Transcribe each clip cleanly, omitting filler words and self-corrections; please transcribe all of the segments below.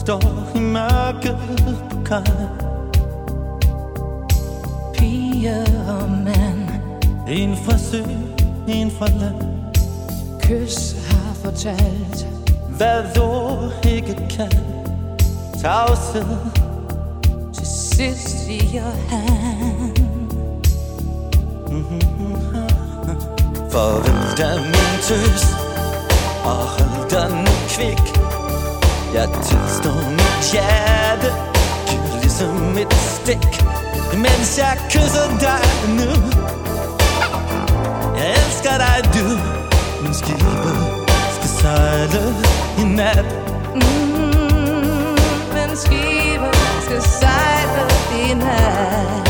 står i mørket på kaj. Piger og mand, en fra sø, en fra land. Kys har fortalt, hvad ord ikke kan. Tavshed, til sidst siger han. Farvel da min tøs, og hold dig nu kvik. Jeg tilstår mit hjerte, giver ligesom et stik, mens jeg kysser dig nu. Jeg elsker dig du, min skibet skal sejle i nat. Men skibet skal sejle i nat.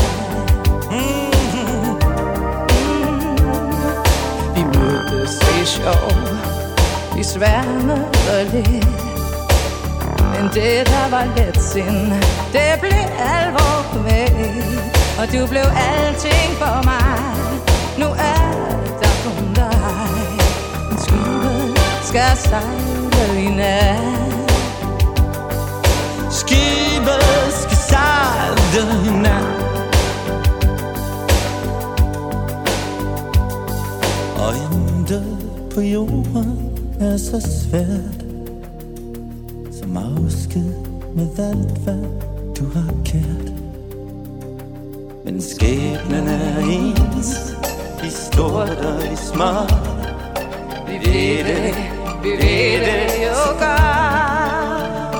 Vi mødtes i sjov, vi sværmede lidt, men det der var letsind, det blev alvor med. Og du blev alting for mig, nu er der kun dig. Men skibet skal sejle i nat. Skibet skal sejle i nat. Og intet på jorden er så svært som afsked med alt hvad du har kært. Men skæbnen er ens, i stort og i småt. Vi ved det jo godt.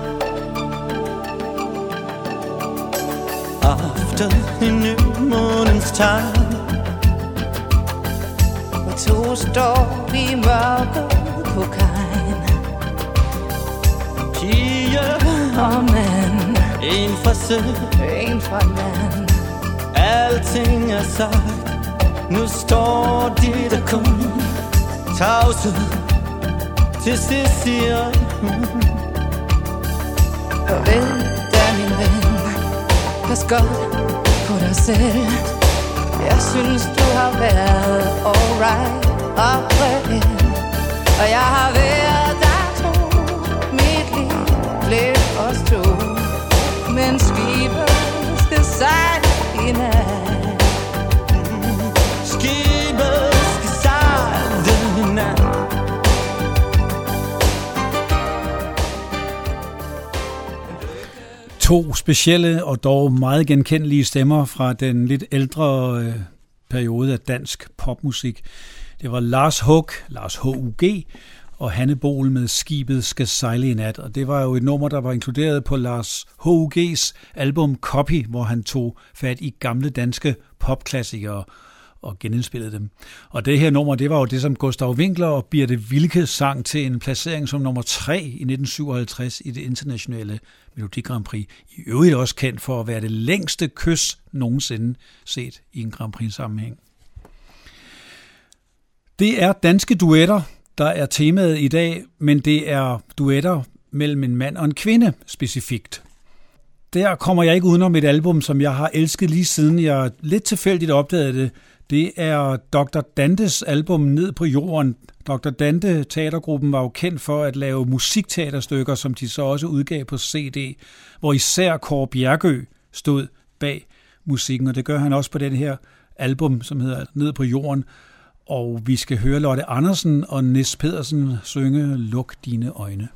Aften i nymånens tegn, og to står i mørket på kajen. Piger og mand, en fra sø, en fra land. Alting er sagt, nu står de der kun tavse. Til sidst siger farvel da min ven, pas godt på dig selv. Jeg synes du har været alright og reel, og jeg har været der tro. Mit liv blev os to, men skibet skal sejle i nat. Skibet skal sejle i nat. To specielle og dog meget genkendelige stemmer fra den lidt ældre periode af dansk popmusik. Det var Lars H.U.G. og Hanne Bohl med Skibet skal sejle i nat. Og det var jo et nummer, der var inkluderet på Lars H.U.G.'s album Copy, hvor han tog fat i gamle danske popklassikere og genindspillede dem. Og det her nummer, det var jo det, som Gustav Winkler og Birthe Wilke sang til en placering som nummer 3 i 1957 i det internationale Melodi Grand Prix. I øvrigt også kendt for at være det længste kys nogensinde set i en Grand Prix sammenhæng. Det er danske duetter, der er temaet i dag, men det er duetter mellem en mand og en kvinde specifikt. Der kommer jeg ikke udenom et album, som jeg har elsket lige siden jeg lidt tilfældigt opdagede det. Det er Dr. Dantes album Ned på jorden. Dr. Dante teatergruppen var jo kendt for at lave musikteaterstykker, som de så også udgav på CD, hvor især Kåre Bjergø stod bag musikken, og det gør han også på den her album, som hedder Ned på jorden. Og vi skal høre Lotte Andersen og Nis Pedersen synge Luk dine øjne.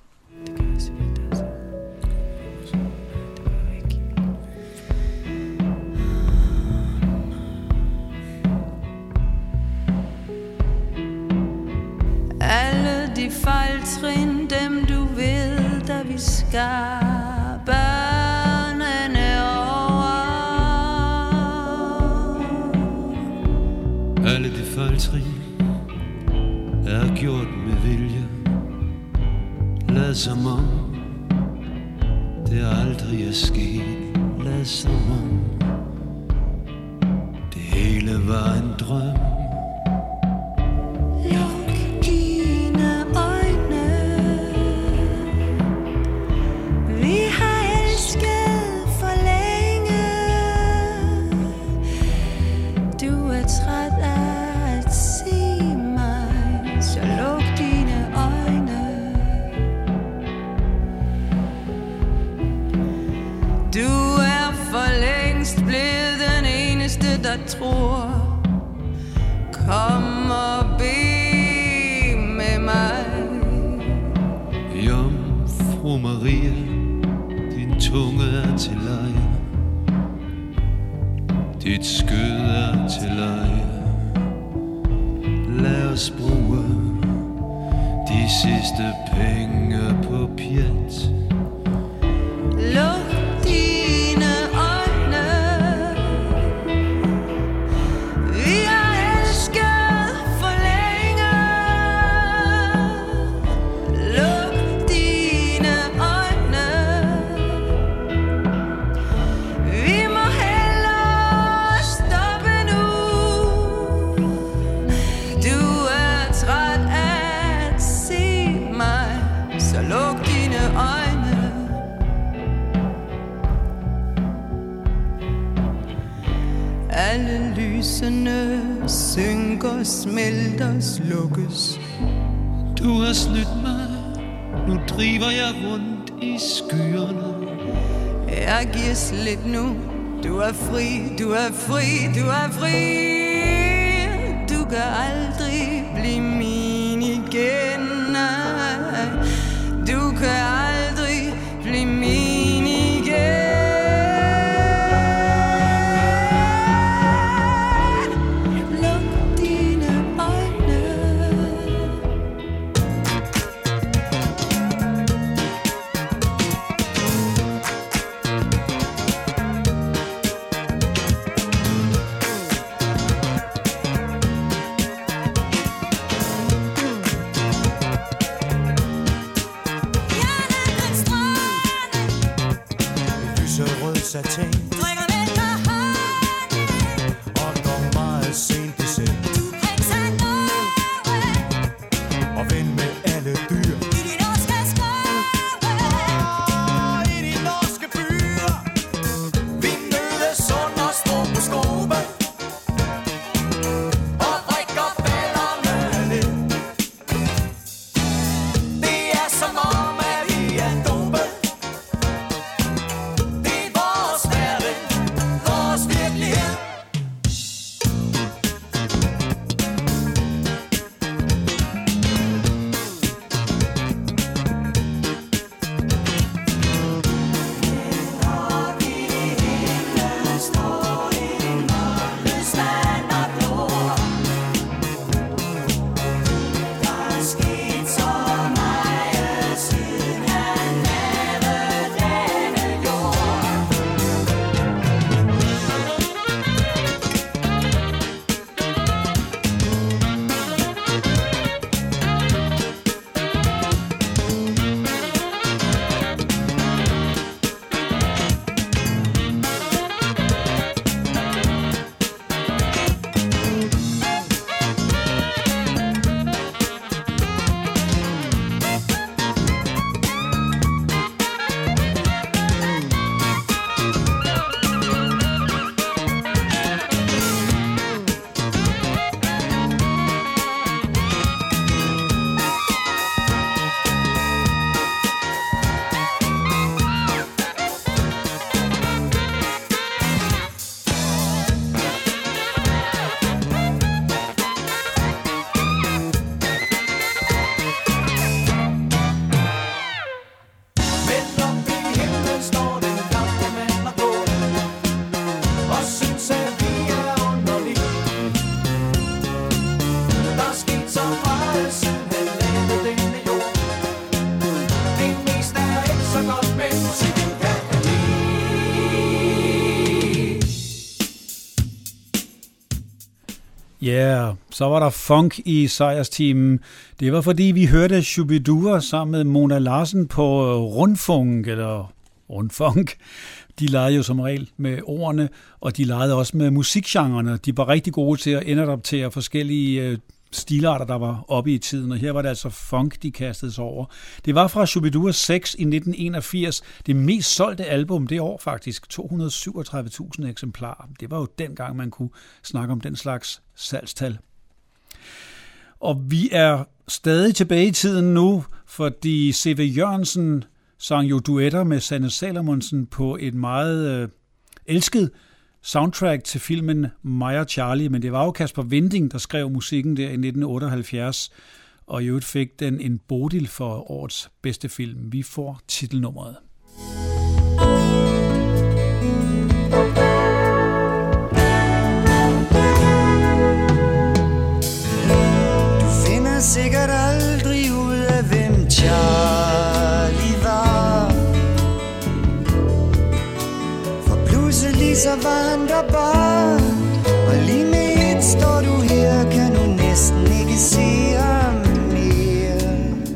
Alle de fejltrin, dem du ved, da vi skar børnene over. Alle de fejltrin er gjort med vilje. Lad som om det aldrig er sket. Lad som om det hele var en drøm. tror. Kom og be med mig. Jomfru Maria, din tunge er til leje, dit skød er til leje. Lad os bruge de sidste penge på pjat. Luk dine øjne. Vi har elsket for længe. Luk dine øjne. Vi må hellere stoppe nu. Du er træt af at se mig, så luk dine øjne. Alle lysene synker, smelter, slukkes. Du har snydt mig, nu driver jeg rundt i skyerne. Jeg giver slip nu. Du er fri, du er fri, du er fri. Du kan aldrig blive min igen. Nej. Du kan aldrig blive min igen. Luk dine øjne. Lyserød satin Drikker lidt med hånden. og går meget sent i seng. Du prikser Norge Og ven med alle dyr i de norske skove. og i de norske byer. Vi mødes under Stroboskope og drikker fælderne lidt. Det er som om at vi er dopet. Det er vores verden, vores virkelighed. Men op i himlen står den gamle mand og går og synes at vi er underlige. Der er sket så meget siden han lavede denne jord. Det meste er ikke så godt, men musikken kan han lide. Ja, så var der funk i sejrsteamen. Det var fordi, vi hørte Shubidua sammen med Mona Larsen på rundfunk, eller rundfunk. De legede jo som regel med ordene, og de legede også med musikgenrerne. De var rigtig gode til at inadaptere forskellige stilarter, der var oppe i tiden, og her var det altså funk, de kastede sig over. Det var fra Shubidua 6 i 1981, det mest solgte album det år faktisk, 237.000 eksemplarer. Det var jo dengang, man kunne snakke om den slags salgstal. Og vi er stadig tilbage i tiden nu, fordi C.V. Jørgensen sang jo duetter med Sanne Salomonsen på et meget elsket soundtrack til filmen Mig og Charlie, men det var jo Kasper Winding, der skrev musikken der i 1978, og i øvrigt fik den en Bodil for årets bedste film. Vi får titelnummeret. Du finder sikkert aldrig ud af, hvem Charlie var, for pludselig så var han der bare, og lige med et står du her, kan du næsten ikke se ham mere.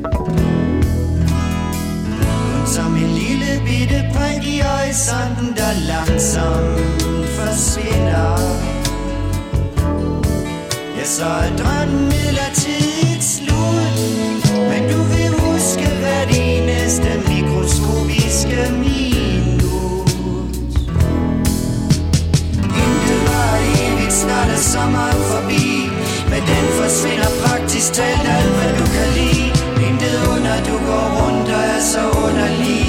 Kun som en lille bitte prik i horisonten, der langsomt forsvinder. Ja, så er drømmen midlertidigt slut, men du vil huske hvert eneste mikroskopiske minut. Intet var evigt, snart er sommeren forbi, men den forsvinder praktisk talt alt, hvad du kan lide. Intet under, du går rundt og er så underlig.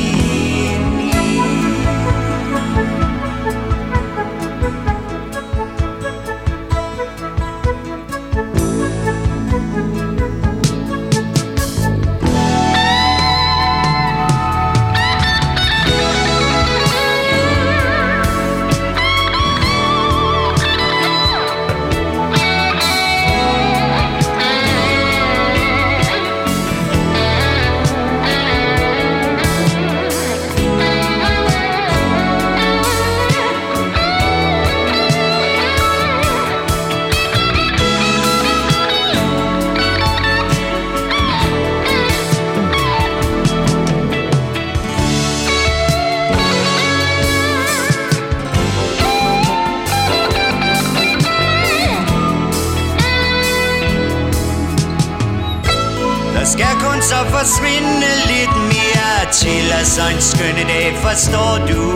Så forsvinde lidt mere til, og så en skønne dag, forstår du,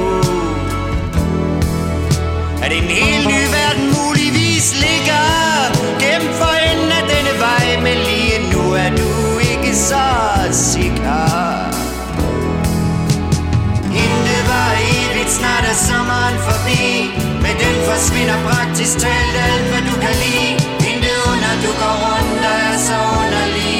at en helt ny verden muligvis ligger gennem for enden af denne vej, men lige nu er du ikke så sikker. Intet var evigt, snart er sommeren forbi, men den forsvinder praktisk talt alt, hvad du kan lide. Intet under, du går rundt og er så underlig.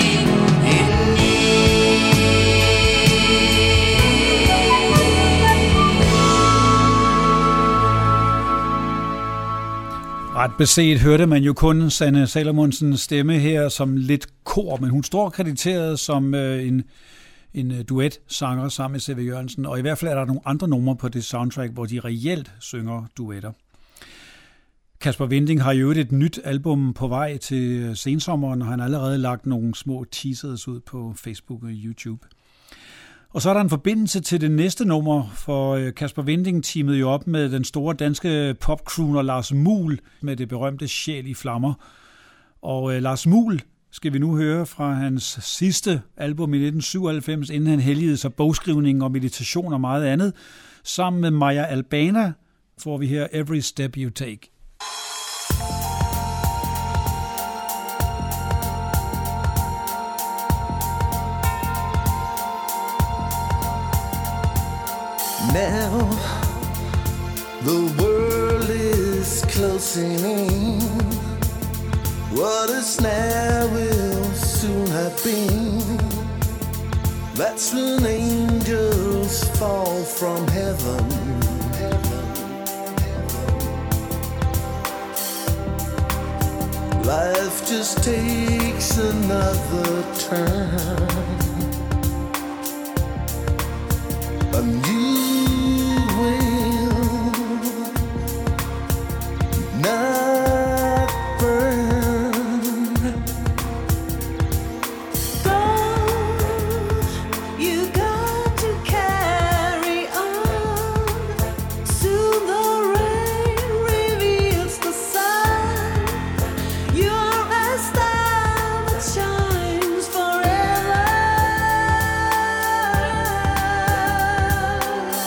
Ret beset hørte man jo kun Sanne Salomonsens stemme her som lidt kor, men hun står krediteret som en duet-sanger sammen med C.V. Jørgensen, og i hvert fald er der nogle andre numre på det soundtrack, hvor de reelt synger duetter. Kasper Winding har jo et nyt album på vej til sensommeren, og han har allerede lagt nogle små teasers ud på Facebook og YouTube. Og så er der en forbindelse til det næste nummer, for Kasper Winding teamede jo op med den store danske popcrooner Lars Muhl med det berømte Sjæl i flammer. Og Lars Muhl skal vi nu høre fra hans sidste album i 1997, inden han helligede sig bogskrivning og meditation og meget andet. Sammen med Maja Albana får vi her Every Step You Take. Now the world is closing in. What is now will soon have been. That's when angels fall from heaven. Life just takes another turn. And you will not burn. Gold, you got to carry on. Soon the rain reveals the sun. You're a star that shines forever.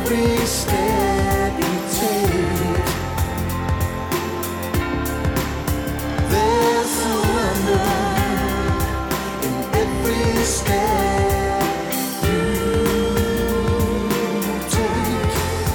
every step you take. There's a wonder in every step you take.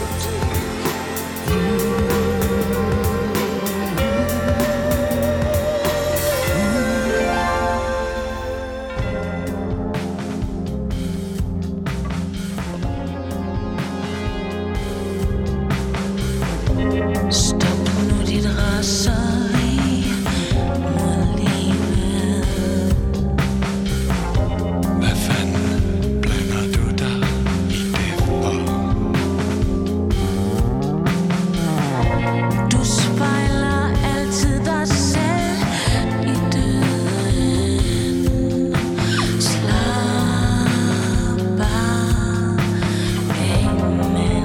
Stop nu dit raseri mod livet. Hvad fanden blander du dig i det for? Du spejler altid dig selv i døden. Slap af, amen.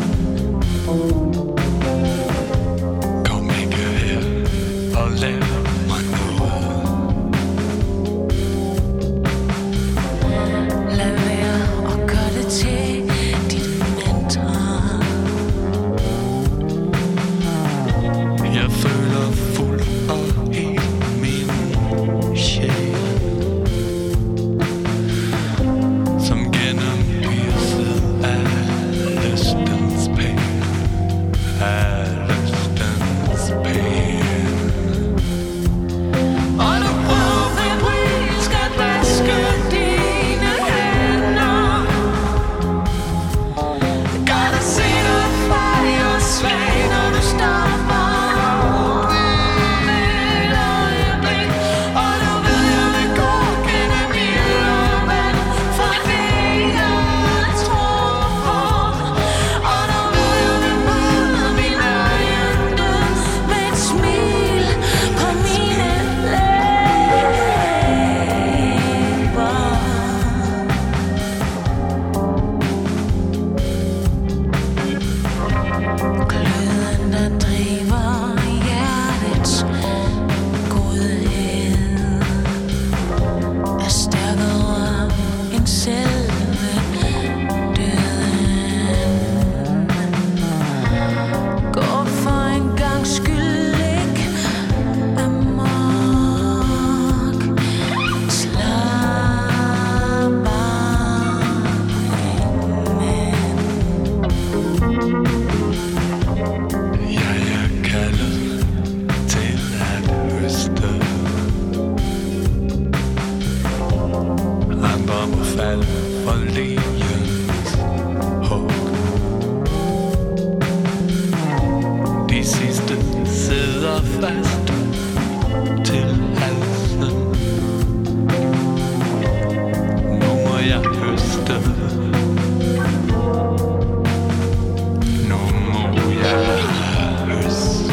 Kom ikke her og lav mig noget. Lad være og gør det til dit mantra. Jeg føler fuld og helt min sjæl, som gennemlyset af lystens pæl, af lystens pæl. Og du prøver febrilsk at vaske dine hænder. Gør dig se dig fejre svag, når du stopper op et øjeblik. Og du ved, jeg vil gå gennem ild og vand, for det jeg tror på. Og du ved, jeg vil møde min egen død med et smil på mine læber. Gløden, der driver hjertets godhed, er stærkere end selve døden. Gå for en gang skyld ikke amok. Slap af, amen. Jeg er kaldet til at høste. Andre må falde for ligens hug. De sidste sidder fast til halsen. Nu må jeg høste. Nu må jeg høste.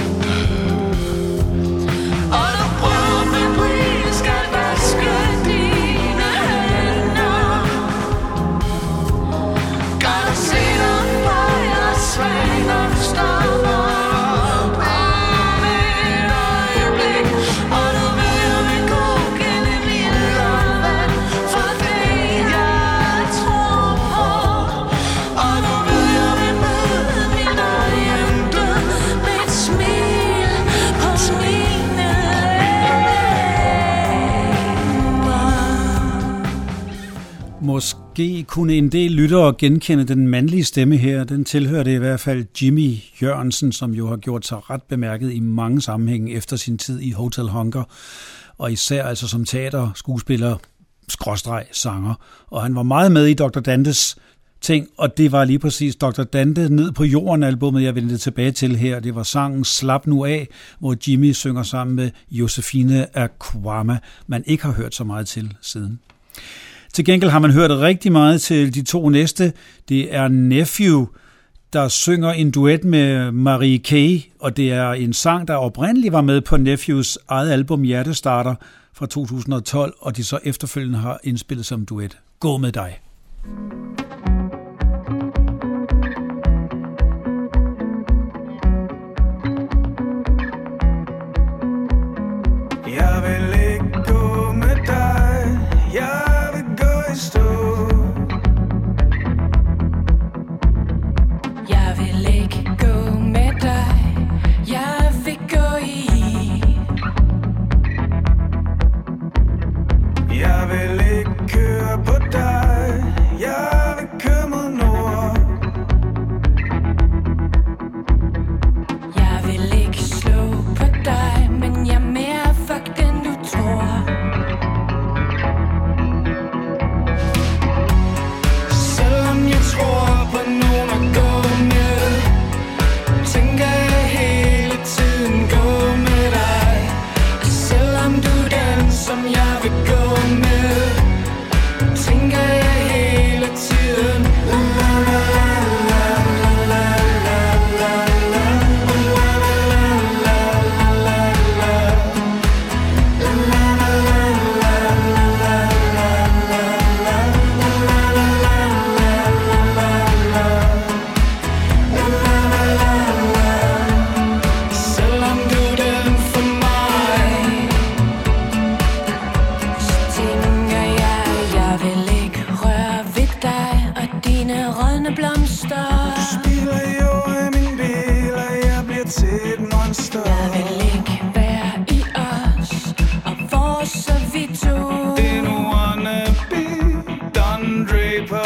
Og du prøver febrilsk at vaske dine hænder. Gør dig se dig fejre svag, når du stopper op et øjeblik. Og du ved, jeg vil gå gennem ild og vand, for det jeg tror på. Og du ved, jeg vil møde min egen død med et smil på mine læber. Måske kunne en del lyttere genkende den mandlige stemme her. Den tilhørte i hvert fald Jimmy Jørgensen, som jo har gjort sig ret bemærket i mange sammenhænge efter sin tid i Hotel Hunger, og især altså som teaterskuespiller, sanger. Og han var meget med i Dr. Dantes ting, og det var lige præcis Dr. Dante Ned på jorden albummet, jeg vendte tilbage til her. Det var sangen Slap nu af, hvor Jimmy synger sammen med Josefine Aquama, man ikke har hørt så meget til siden. Til gengæld har man hørt rigtig meget til de to næste. Det er Nephew, der synger en duet med Marie Kay, og det er en sang, der oprindeligt var med på Nephews eget album Hjertestarter fra 2012, og de så efterfølgende har indspillet som duet. Gå med dig. Jeg vil ikke gå med dig, jeg vil gå i stå. spilder jo af min bil, og jeg bliver til et monster. Jeg vil ikke være i os, og hvor så vi to. Det er nu wannabe Don Draper.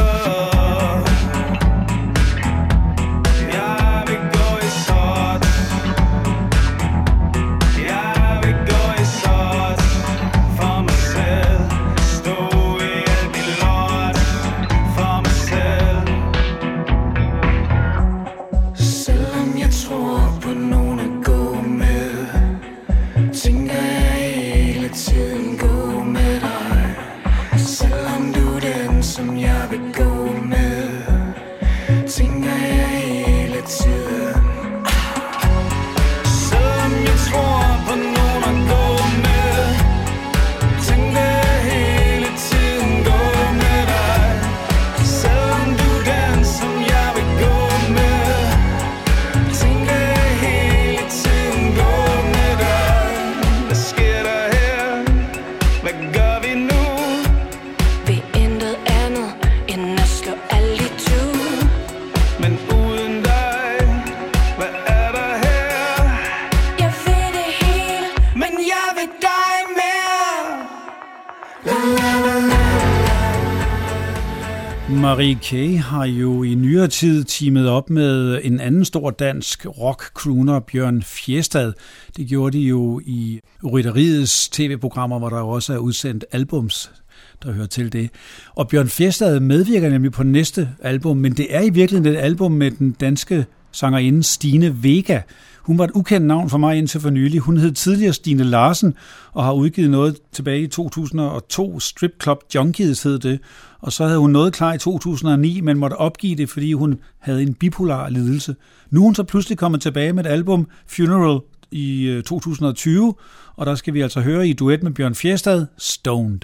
Marie K. har jo i nyere tid teamet op med en anden stor dansk rock-crooner, Bjørn Fjestad. Det gjorde de jo i Rytteriets tv-programmer, hvor der jo også er udsendt albums, der hører til det. Og Bjørn Fjestad medvirker nemlig på næste album, men det er i virkeligheden et album med den danske sangerinde Stine Vega. Hun var et ukendt navn for mig indtil for nylig. Hun hed tidligere Stine Larsen og har udgivet noget tilbage i 2002. Strip Club Junkies hed det. Og så havde hun noget klar i 2009, men måtte opgive det, fordi hun havde en bipolar lidelse. Nu er hun så pludselig kommet tilbage med et album, Funeral, i 2020. Og der skal vi altså høre i duet med Bjørn Fjestad, Stoned.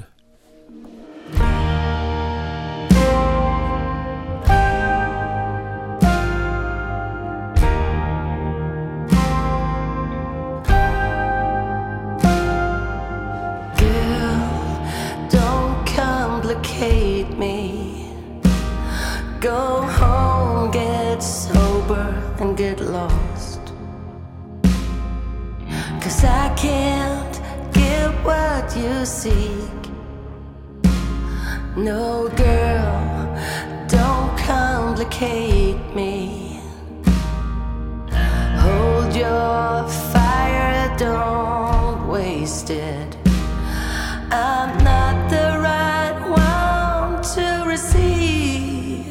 Go home, get sober and get lost. 'Cause I can't get what you seek. No girl, don't complicate me. Hold your fire, don't waste it. I'm not the right one to receive.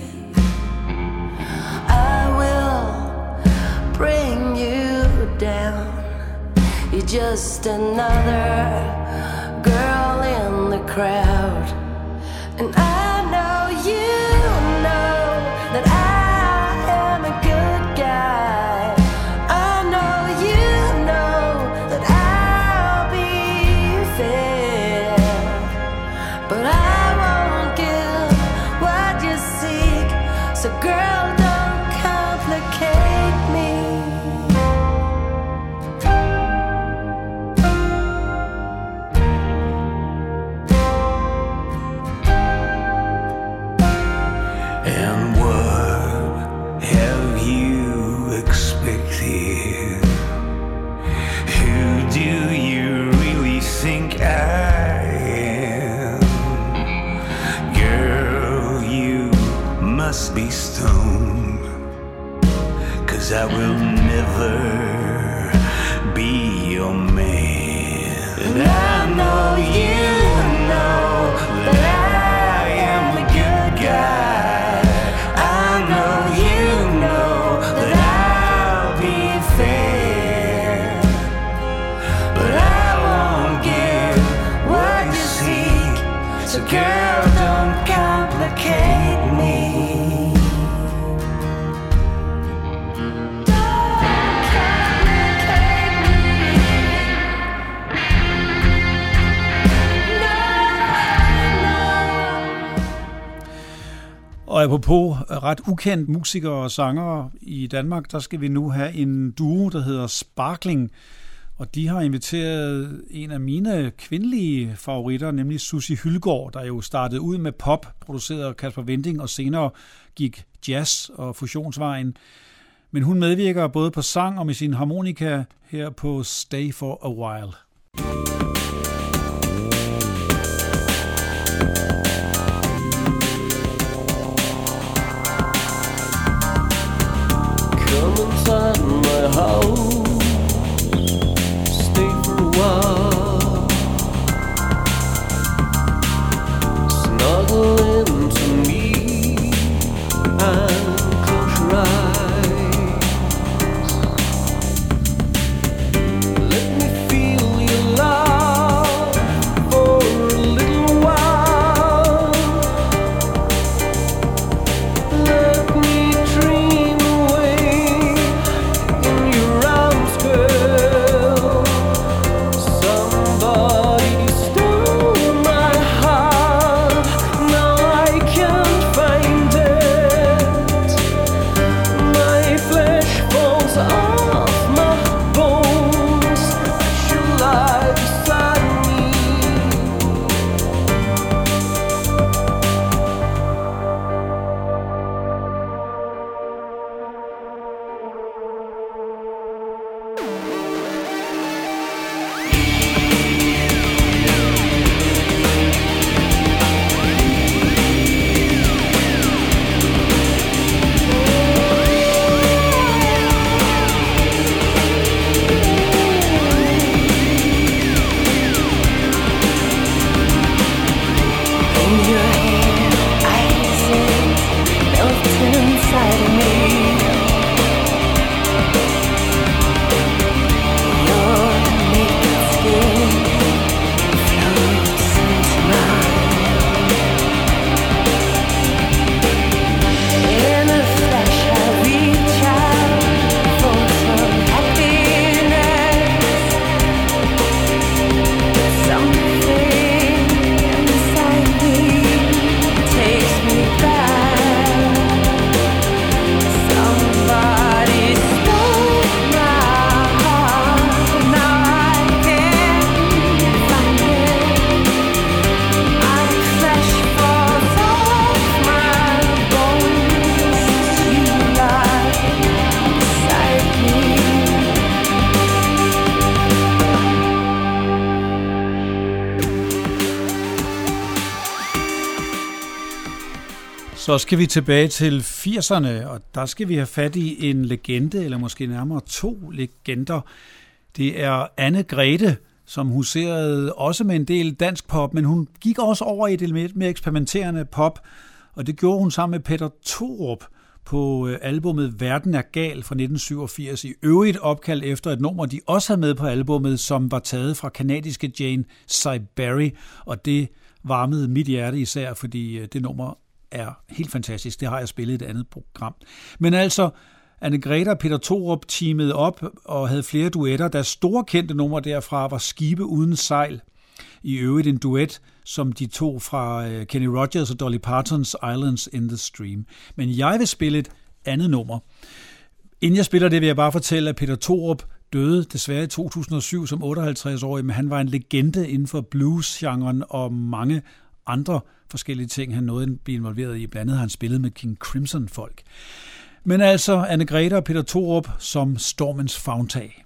I will bring you down. You're just another girl in the crowd. And I know you know that I am a good guy. I know you know that I'll be fair. But I won't give what you seek. So girl, don't complicate me. And what have you expected? Who do you really think I am? Girl, you must be stoned, 'cause I will never be your man. And I know you know that I am a good guy. I know you know that I'll be fair. But I won't give what you seek. So girl, don't complicate me. Og apropos ret ukendt musikere og sangere i Danmark, der skal vi nu have en duo, der hedder Sparkling. Og de har inviteret en af mine kvindelige favoritter, nemlig Susie Hylgaard, der jo startede ud med pop, produceret af Kasper Winding, og senere gik jazz og fusionsvejen. Men hun medvirker både på sang og med sin harmonika her på Stay for a While. Come inside my house, stay for a while, snuggle into me and close your eyes. Let me feel your love for a little while. Let me dream away in your arms, girl. Somebody stole my heart, now I can't find it. My flesh falls off my bones as you lie beside me. Så skal vi tilbage til 80'erne, og der skal vi have fat i en legende, eller måske nærmere 2 legender. Det er Anne-Grethe, som huserede også med en del dansk pop, men hun gik også over i det lidt mere eksperimenterende pop, og det gjorde hun sammen med Peter Thorup på albumet Verden er gal fra 1987, i øvrigt opkaldt efter et nummer, de også havde med på albumet, som var taget fra kanadiske Jane Siberry, og det varmede mit hjerte især, fordi det nummer er helt fantastisk. Det har jeg spillet i et andet program. Men altså, Anne-Grethe og Peter Thorup teamede op og havde flere duetter. Deres store kendte nummer derfra var Skibe uden sejl. I øvrigt en duet, som de tog fra Kenny Rogers og Dolly Partons Islands in the Stream. Men jeg vil spille et andet nummer. Inden jeg spiller det, vil jeg bare fortælle, at Peter Thorup døde desværre i 2007 som 58-årig, men han var en legende inden for blues-genren og mange andre forskellige ting, han nåede at blive involveret i. Blandt andet har han spillet med King Crimson-folk. Men altså Anne-Grethe og Peter Thorup som Stormens Favntag.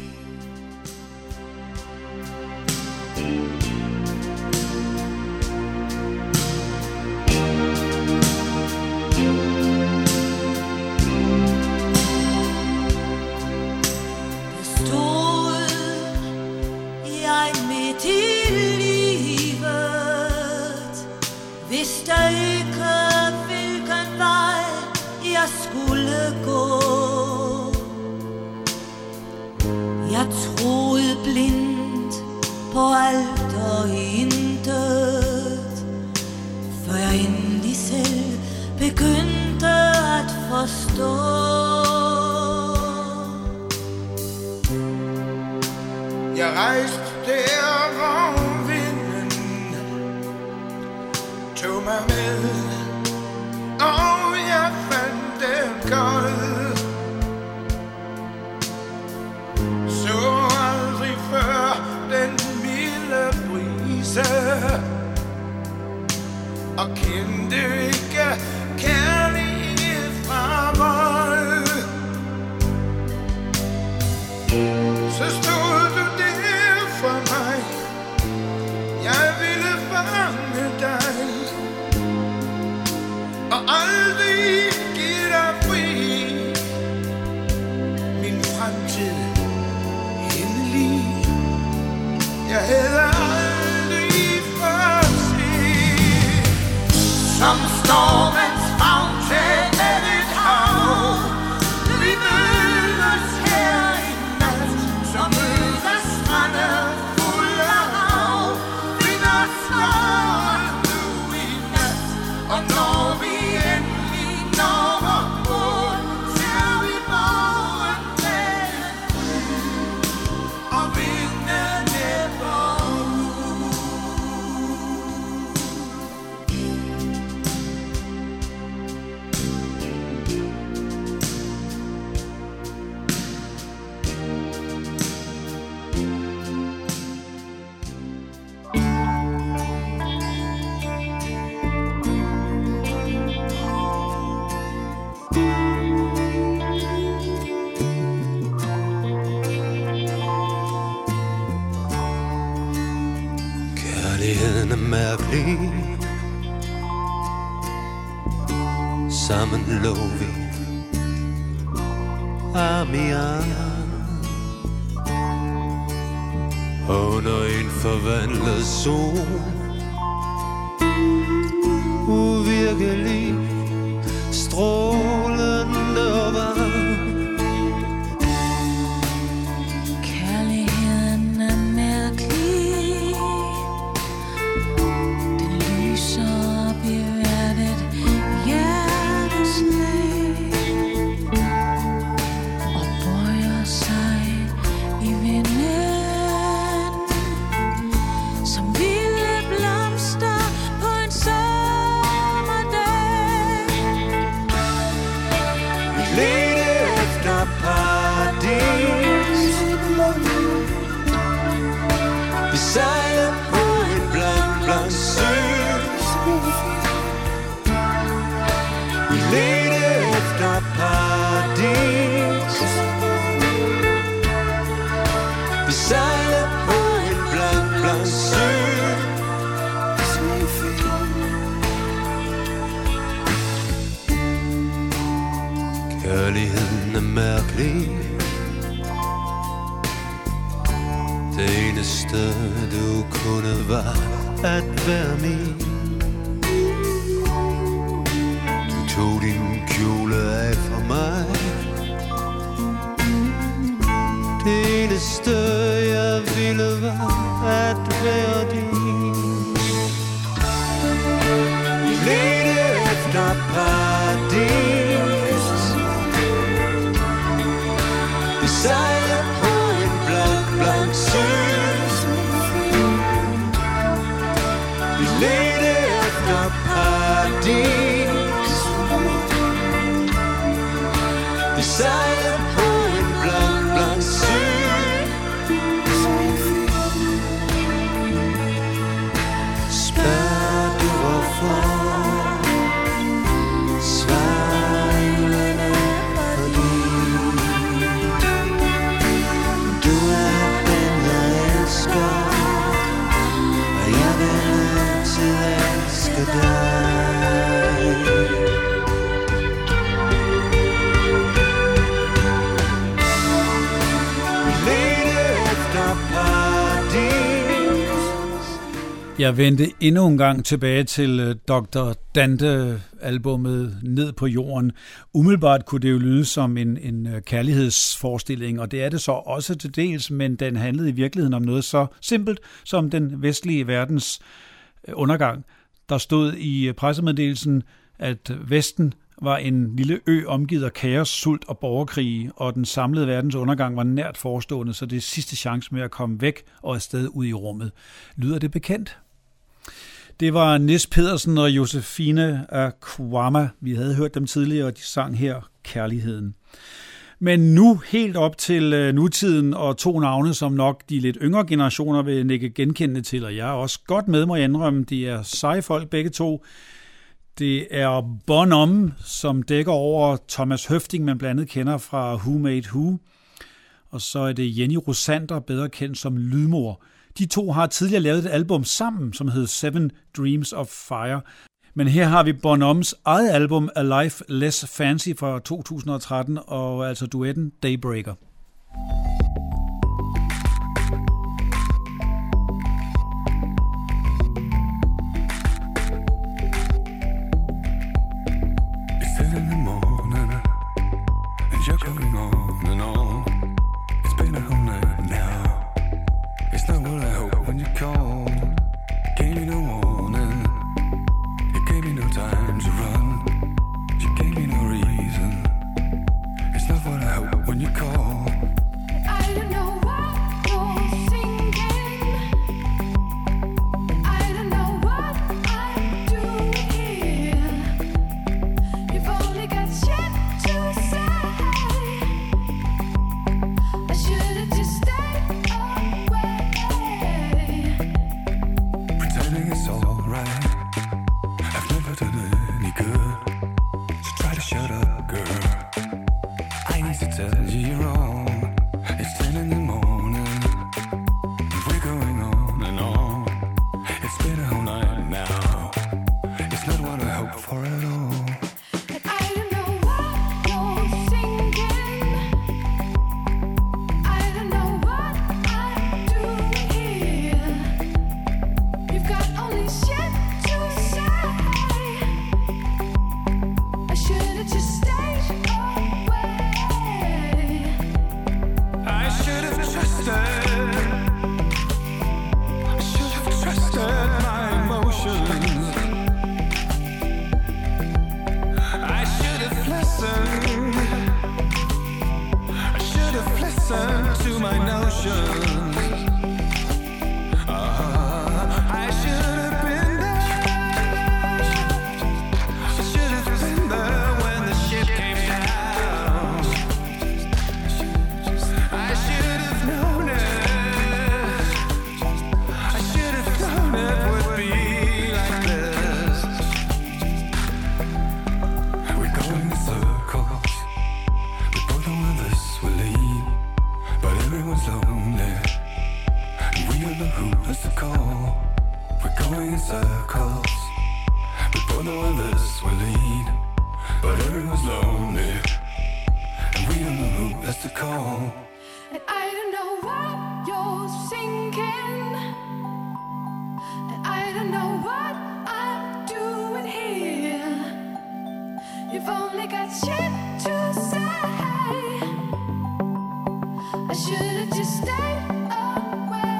Hvis der ikke hvilken vej jeg skulle gå. Jeg troede blindt på alt og intet, før jeg endelig selv begyndte at forstå. Jeg rejste der, hvor vinden tog mig med, og jeg fandt den kold. Så aldrig mærkelig. Sammen lå vi arm i arm under en forvandlet sol. Uvirkelig, strålende og varm. Kærligheden er mærkelig. Den lyser op i hvert et hjerteslag og bøjer sig i vinden som vilde blomster på en sommerdag. Vi ledte efter paradis. Vi sejlede på en blank, blank sø. Vi ledte efter paradis. Vi sejlede på en blank, blank sø. Kærligheden er mærkelig. Det eneste du kunne var at være min. Du tog din kjole af for mig. Det eneste jeg ville var at være din. Vi ledte efter paradis. Vi sejlede på en blank, blank sø. Vi ledte efter paradis. Vi sejlede på en blank, blank sø. Spørg du hvorfor. Svarene fordi du er den jeg elsker, og jeg vil altid elske dig. Vi ledte efter paradis. Jeg vendte endnu en gang tilbage til Dr. Dante-albummet Ned på jorden. Umiddelbart kunne det jo lyde som en kærlighedsforestilling, og det er det så også til dels, men den handlede i virkeligheden om noget så simpelt som den vestlige verdens undergang. Der stod i pressemeddelelsen, at Vesten var en lille ø omgivet af kaos, sult og borgerkrig, og den samlede verdens undergang var nært forestående, så det er sidste chance med at komme væk og afsted ud i rummet. Lyder det bekendt? Det var Nis Pedersen og Josefine Aquama. Vi havde hørt dem tidligere, og de sang her Kærligheden. Men nu helt op til nutiden og to navne, som nok de lidt yngre generationer vil nikke genkendende til, og jeg er også godt med, må jeg indrømme. De er seje folk begge to. Det er Bonhomme, som dækker over Thomas Høfting, man blandt andet kender fra Who Made Who. Og så er det Jenny Rosander, bedre kendt som Lydmor. De to har tidligere lavet et album sammen, som hed Seven Dreams of Fire. Men her har vi Bonhommes eget album A Life Less Fancy fra 2013, og altså duetten Daybreaker. It's been a whole night. my notions. I should have been there. I should have been there when the ship came down. I should have known it. I should have known it would be like this. We're going in circles. We both know where this will lead, but everyone's lonely. We don't know who has to call. We're going in circles. We both know where this will lead, but everyone's lonely. And we don't know who has to call. And I don't know what you're thinking, and I don't know what I'm doing here. You've only got shit to say. I should've just stayed away.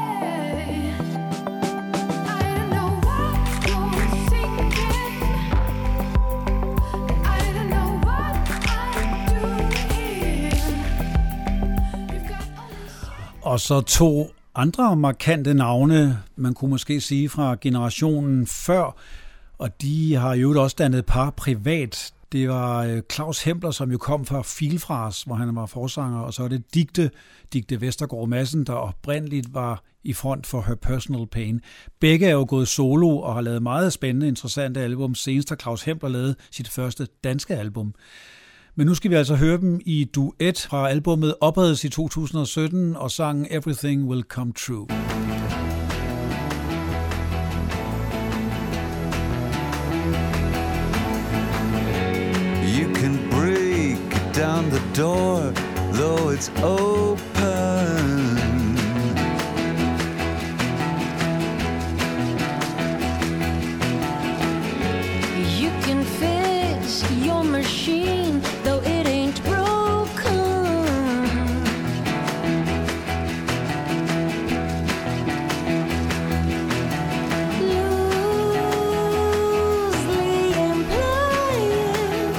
I don't know what you're thinking, and I don't know what I'm doing here. You've got Og så to andre markante navne, man kunne måske sige fra generationen før, og de har jo også dannet par privat. Det var Claus Hempler, som jo kom fra Filfras, hvor han var forsanger, og så er det Dicte Vestergaard Madsen, der oprindeligt var i front for Her Personal Pain. Begge er jo gået solo og har lavet meget spændende, interessante album. Senest har Claus Hempler lavet sit første danske album. Men nu skal vi altså høre dem i duet fra albumet Opredes i 2017 og sangen Everything Will Come True. You can break down the door, though it's open. You can fix your machine, though it ain't broken. Loosely implied,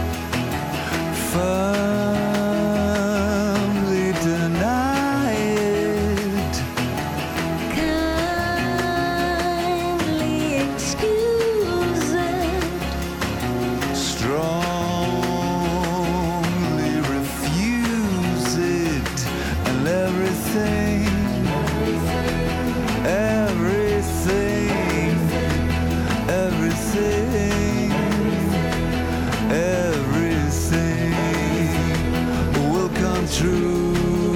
Firmly deny it. kindly excuse it. Strongly refuse it. And everything, everything, everything, everything will come true.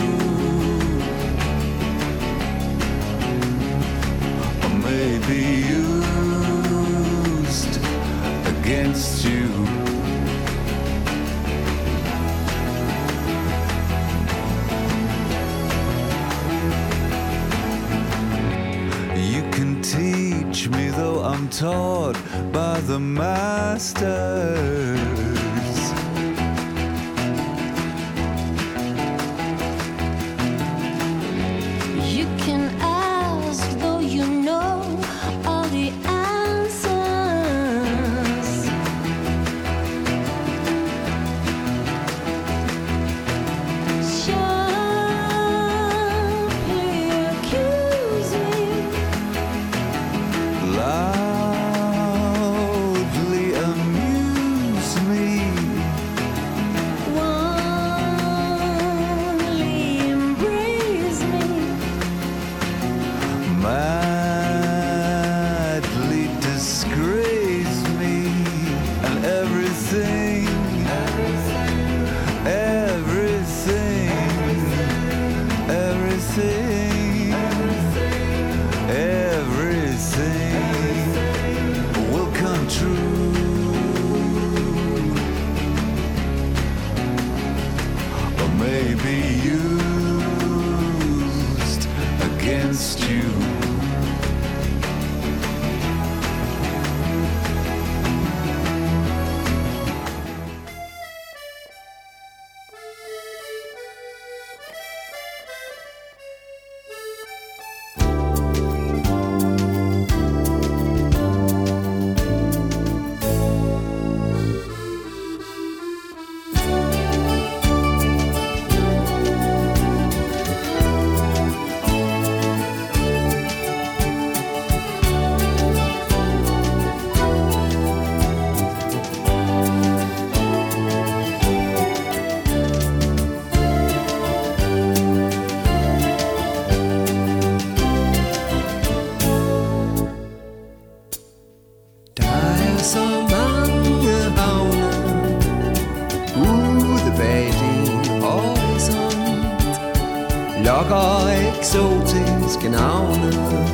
Or maybe used against you. You can teach me, though I'm taught by the masters. You can ask, though you know all the answers. Sharply accuse me, Loudly amuse me. warmly embrace me. Madly disgrace me. And everything, everything, everything, everything will come true. Or maybe used against you. lokker eksotiske navne,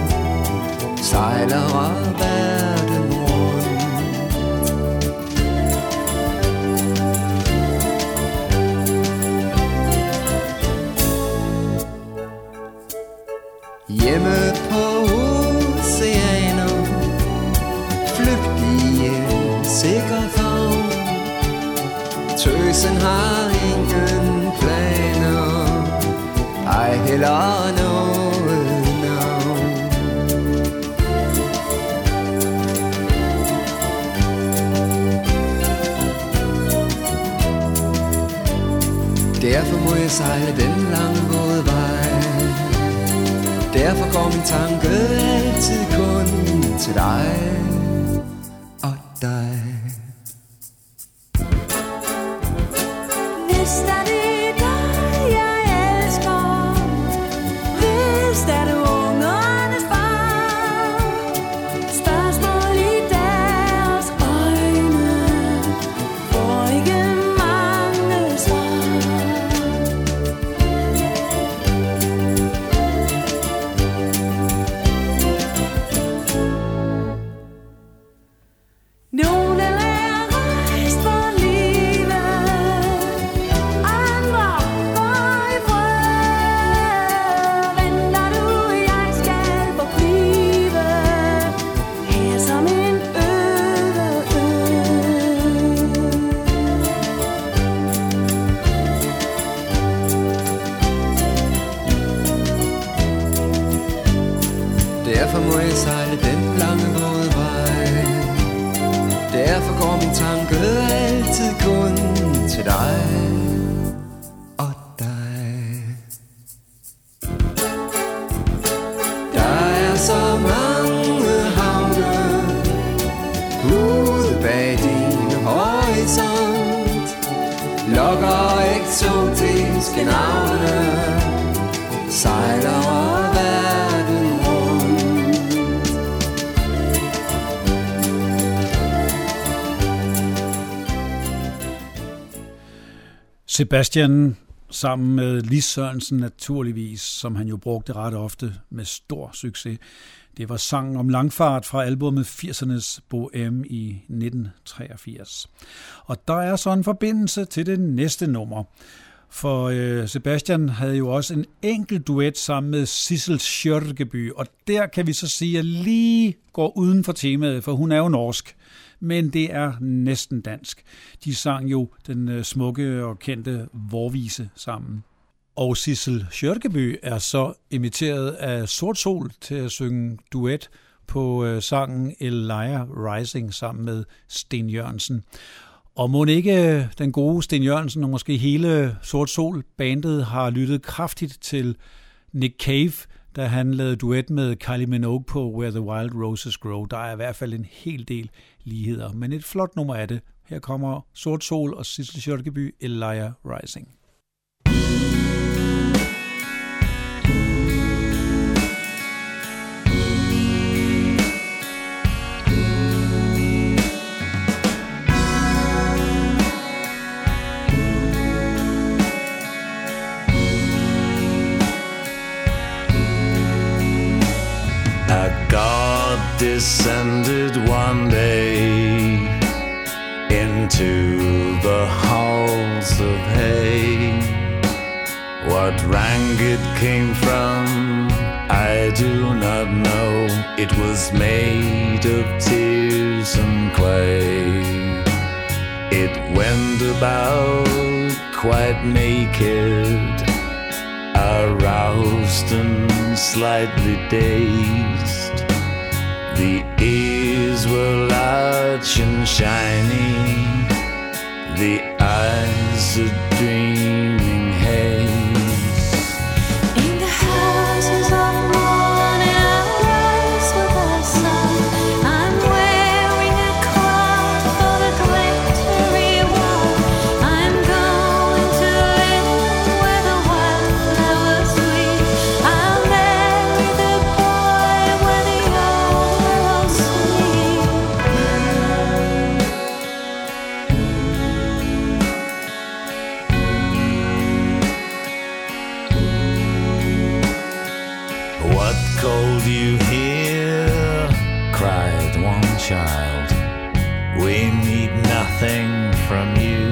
sejler verden rundt. Hjemme på oceaner, flygt i en sikker favn. Tøsen har ingen planer, ej heller noget navn. Derfor må jeg sejle den lange våde vej. Derfor går min tanke altid kun til dig og dig. Hvis er det dig, jeg elsker, hvis er det ungernes far, spørgsmål i deres øjne, får ikke mange svar. Nogle er rejst for livet, andre går i fred. Venter du, jeg skal forblive her som en øde ø. Derfor må jeg sejle den lange våde vej. Derfor går min tanke altid kun til dig og dig. Der er så mange havne ude bag din horisont, lokker eksotiske navne, sejler verden rundt. Sebastian sammen med Lis Sørensen naturligvis, som han jo brugte ret ofte med stor succes. Det var sangen om langfart fra albumet 80'ernes Bohème i 1983. Og der er så en forbindelse til det næste nummer. For Sebastian havde jo også en enkelt duet sammen med Sissel Kyrkjebø, og der kan vi så sige, at lige går uden for temaet, for hun er jo norsk, men det er næsten dansk. De sang jo den smukke og kendte Vårvise sammen. Og Sissel Kyrkjebø er så inviteret af Sort Sol til at synge duet på sangen Elia Rising sammen med Sten Jørgensen. Og må ikke den gode Sten Jørgensen og måske hele Sort Sol-bandet har lyttet kraftigt til Nick Cave, da han lavede duet med Kylie Minogue på Where the Wild Roses Grow. Der er i hvert fald en hel del ligheder, men et flot nummer af det. Her kommer Sort Sol og Sissel Kyrkjebø, Elia Rising. God descended one day into the halls of hay. What rank it came from, I do not know. It was made of tears and clay. It went about quite naked, aroused and slightly dazed. The ears were large and shiny, the eyes a dreaming haze. In the houses of morning, I rise with the sun. I'm wearing a crown for the glittery wall. I'm going to live where the wildflowers sweet. I'll marry the boy where the old girls sleep. you hear? Cried one child. We need nothing from you.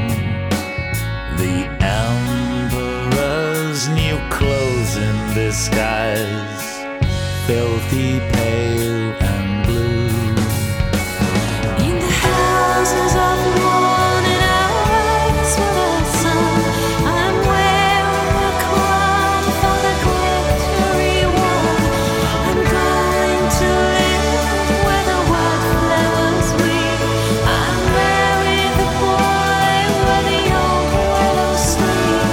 The emperor's new clothes in disguise, filthy pale and blue. In the houses of morning, I rise with the sun. I'm wearing a crown for the victory won. I'm going to live where the wildflowers weep. I'm wearing the boy where the young willows sleep.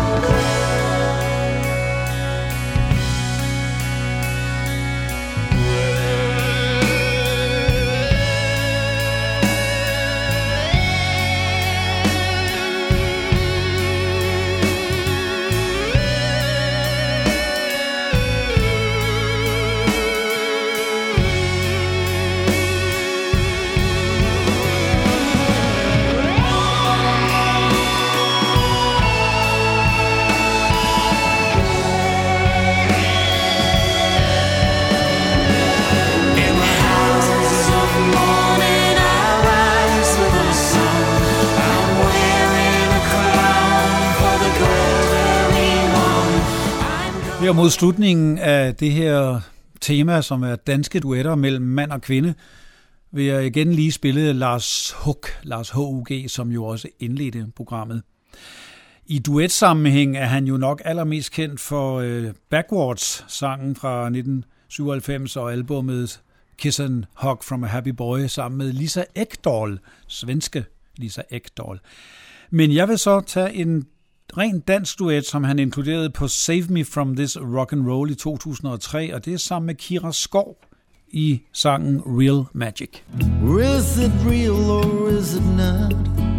Her mod slutningen af det her tema, som er danske duetter mellem mand og kvinde, vil jeg igen lige spille Lars H.U.G., som jo også indledte programmet. I duetsammenhæng er han jo nok allermest kendt for Backwards-sangen fra 1997 og albumet Kiss and Hug from a Happy Boy sammen med Lisa Ekdahl, svenske Lisa Ekdahl. Men jeg vil så tage en ren dansk duet, som han inkluderede på Save Me From This Rock and Roll i 2003, og det er sammen med Kira Skov i sangen Real Magic. Is it real or is it not?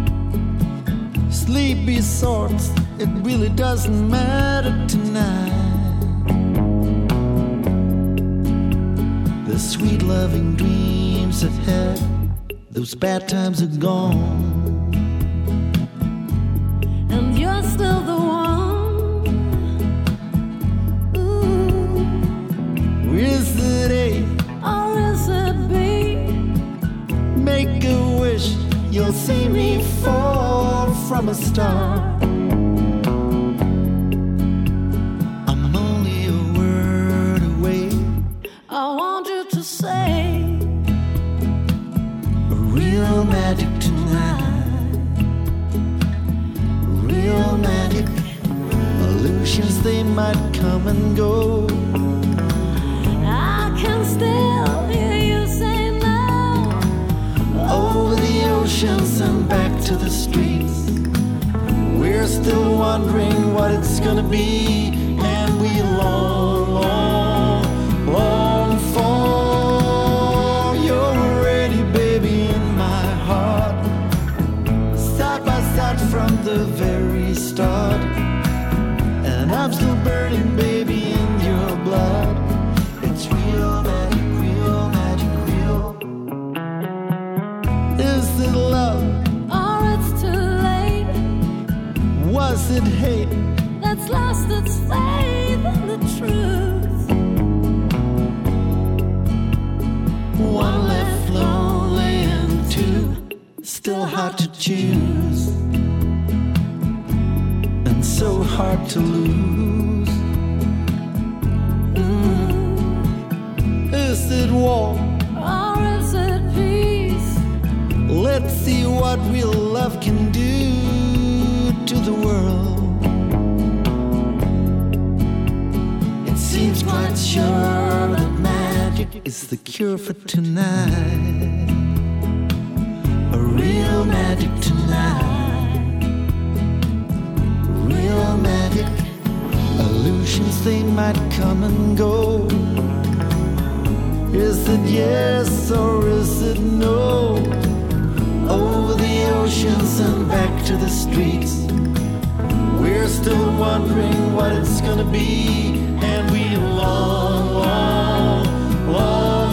Sleepy sorts, it really doesn't matter tonight. The sweet loving dreams ahead, those bad times are gone. And you're still the one. Ooh. Is it A or is it B? Make a wish, you'll see me fall from a star. I'm only a word away. I want you to say real magic tonight. Real magic, illusions they might come and go. I can still hear you say no. Over the oceans and back to the streets. We're still wondering what it's gonna be, and we long, long, long for you're ready, baby, in my heart. Side by side from the very start, and I'm still burning, baby, in your blood. It's real magic, real magic, real. Is it love? Or it's too late. Was it hate? That's lost its faith in the truth. One left lonely and two still hard to choose, and so hard to lose. Is it war? Or is it peace? Let's see what real love can do to the world. It seems quite sure that magic is the cure for tonight. A real magic tonight. Real magic. Illusions, they might come and go. Is it yes or is it no? Over the oceans and back to the streets. We're still wondering what it's gonna be, and we long, long, long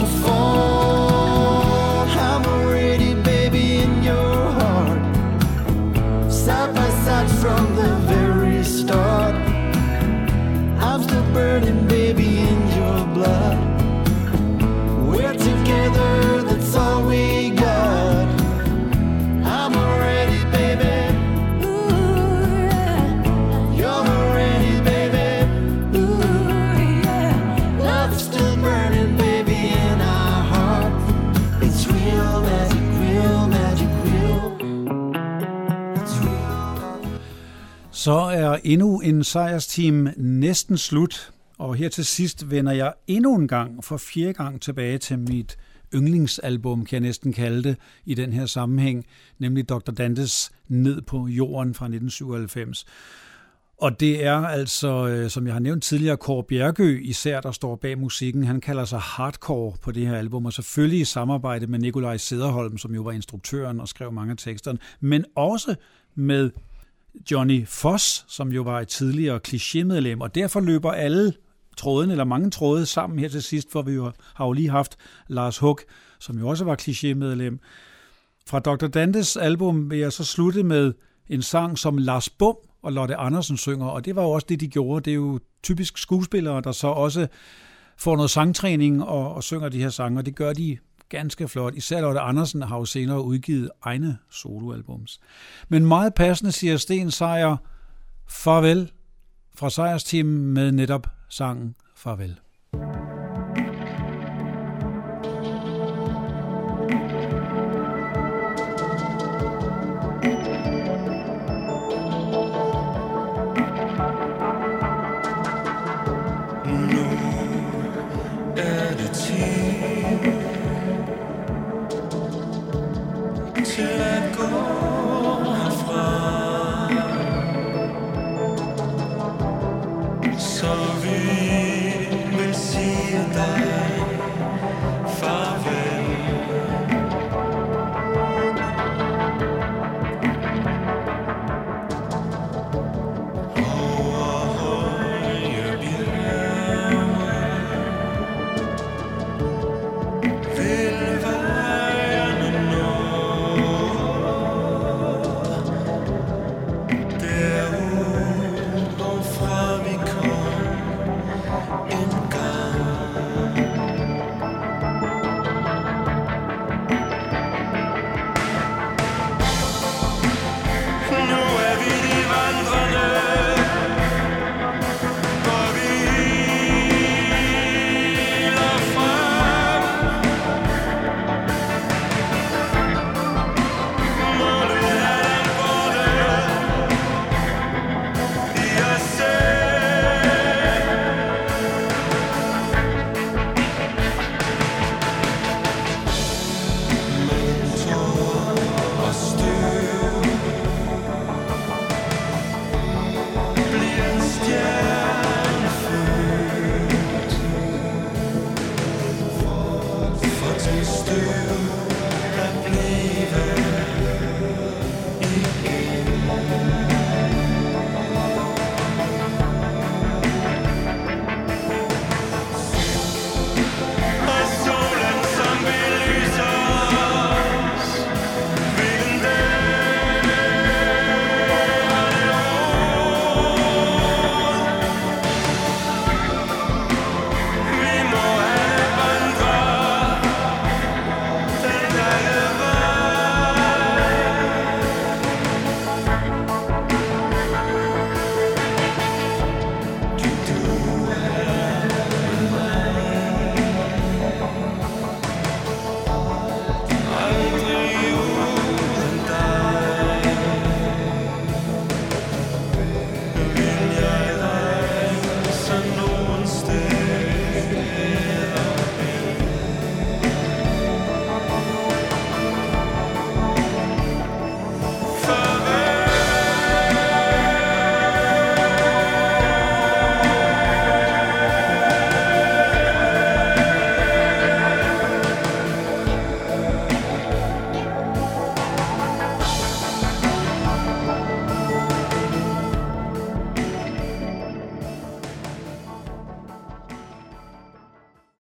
for. I'm already, baby, in your heart. Side by side from the very start. I'm still burning, baby, in your blood. Så er endnu en sejrsteam næsten slut, og her til sidst vender jeg endnu en gang for 4. gang tilbage til mit yndlingsalbum, kan jeg næsten kalde det, i den her sammenhæng, nemlig Dr. Dantes Ned på jorden fra 1997. Og det er altså, som jeg har nævnt tidligere, Kåre Bjergø især, der står bag musikken. Han kalder sig hardcore på det her album, og selvfølgelig i samarbejde med Nikolaj Cederholm, som jo var instruktøren og skrev mange af teksterne, men også med Johnny Foss, som jo var et tidligere klichémedlem, og derfor løber alle trådene, eller mange tråde sammen her til sidst, for vi jo har jo lige haft Lars Huck, som jo også var klichémedlem. Fra Dr. Dantes album vil jeg så slutte med en sang, som Lars Bum og Lotte Andersen synger, og det var jo også det, de gjorde. Det er jo typisk skuespillere, der så også får noget sangtræning og synger de her sange, og det gør de ganske flot. Især Lotte Andersen har jo senere udgivet egne soloalbums. Men meget passende siger Sten Sejer farvel fra Sejrsteam med netop sangen Farvel. Til at gå herfra, så vi vil sige dig